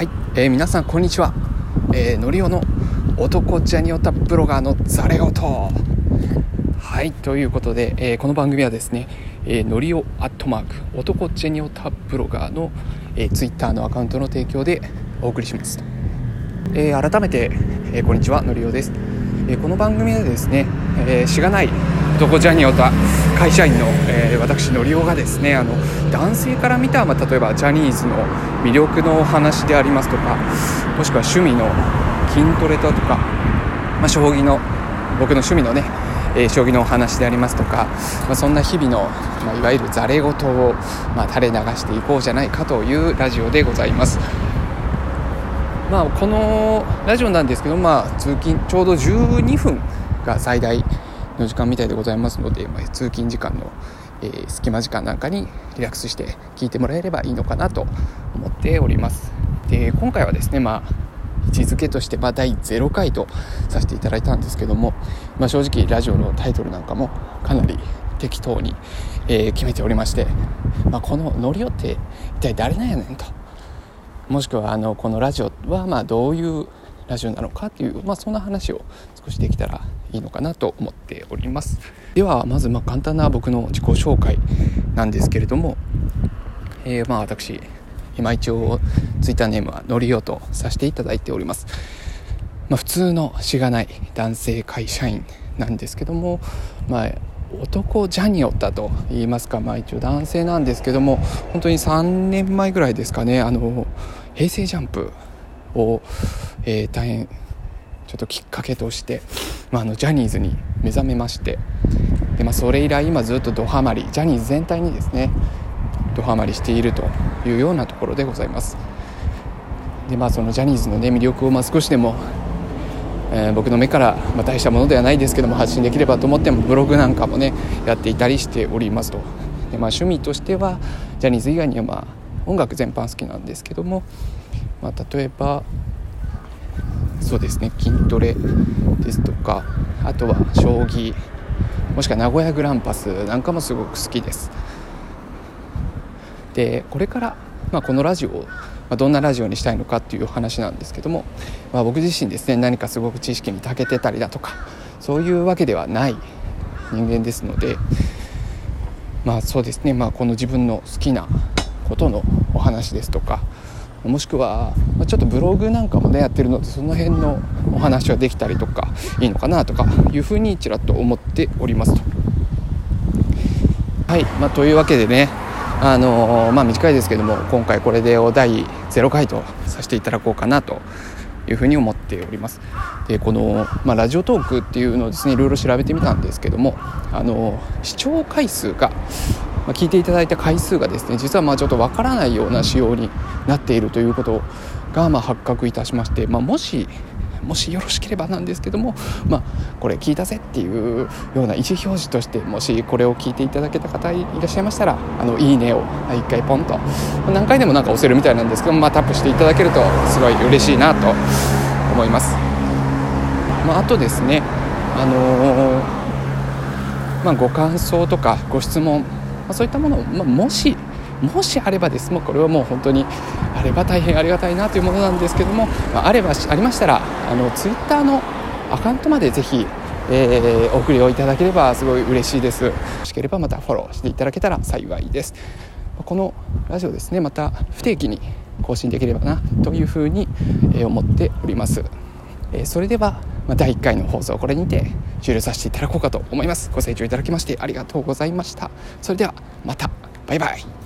はい、皆さんこんにちは。のりおの男ジャニオタブロガーのザレ言。はい、ということで、この番組はですね、のりお@男ジャニオタブロガーの、ツイッターのアカウントの提供でお送りしますと。改めて、こんにちは、のりおです。この番組でですね、しがない男ジャニオタ会社員の、私のりおがですね、男性から見た、例えばジャニーズの魅力のお話でありますとか、もしくは趣味の筋トレだとか、将棋の僕の趣味のね、将棋のお話でありますとか、そんな日々の、いわゆるザレ言を、垂れ流していこうじゃないかというラジオでございます。このラジオなんですけど、通勤ちょうど12分が最大の時間みたいでございますので、通勤時間の、隙間時間なんかにリラックスして聞いてもらえればいいのかなと思っております。で、今回はですね、位置づけとして、第0回とさせていただいたんですけども、正直ラジオのタイトルなんかもかなり適当に、決めておりまして、このノリオって一体誰なんやねんと、もしくはこのラジオはどういうラジオなのかっていう、そんな話を少しできたらいいのかなと思っております。ではまず簡単な僕の自己紹介なんですけれども、私今一応ツイッターネームはのりおとさせていただいております。普通のしがない男性会社員なんですけども、男ジャニオタと言いますか、一応男性なんですけども、本当に3年前ぐらいですかね、平成ジャンプを、大変ちょっときっかけとして、ジャニーズに目覚めまして、で、それ以来今ずっとドハマり、ジャニーズ全体にですねドハマりしているというようなところでございます。で、そのジャニーズの、魅力を少しでも、僕の目から、大したものではないですけども発信できればと思っても、ブログなんかもねやっていたりしておりますと。で、趣味としてはジャニーズ以外には、音楽全般好きなんですけども、例えばそうですね、筋トレですとか、あとは将棋、もしくは名古屋グランパスなんかもすごく好きです。で、これから、このラジオを、どんなラジオにしたいのかっていう話なんですけども、僕自身ですね、何かすごく知識に長けてたりだとか、そういうわけではない人間ですので、そうですね、この自分の好きなことのお話ですとか、もしくはちょっとブログなんかもねやってるので、その辺のお話はできたりとかいいのかなとかいうふうにちらっと思っておりますと。はい、というわけでね、短いですけども、今回これで第0回とさせていただこうかなというふうに思っております。で、この、ラジオトークっていうのをですねいろいろ調べてみたんですけども、視聴回数が、聞いていただいた回数がですね、実はちょっとわからないような仕様になっているということが発覚いたしまして、もしよろしければなんですけども、これ聞いたぜっていうような意思表示として、もしこれを聞いていただけた方いらっしゃいましたら、いいねを1回ポンと、何回でも押せるみたいなんですけども、タップしていただけるとすごい嬉しいなと思います。あとですね、ご感想とかご質問、そういったものを、もしあればです、これはもう本当にあれば大変ありがたいなというものなんですけども、ありましたらツイッターのアカウントまでぜひ、お送りをいただければすごい嬉しいです。よろしければまたフォローしていただけたら幸いです。このラジオですね、また不定期に更新できればなというふうに思っております。それでは第1回の放送をこれにて終了させていただこうかと思います。ご清聴いただきましてありがとうございました。それではまた、バイバイ。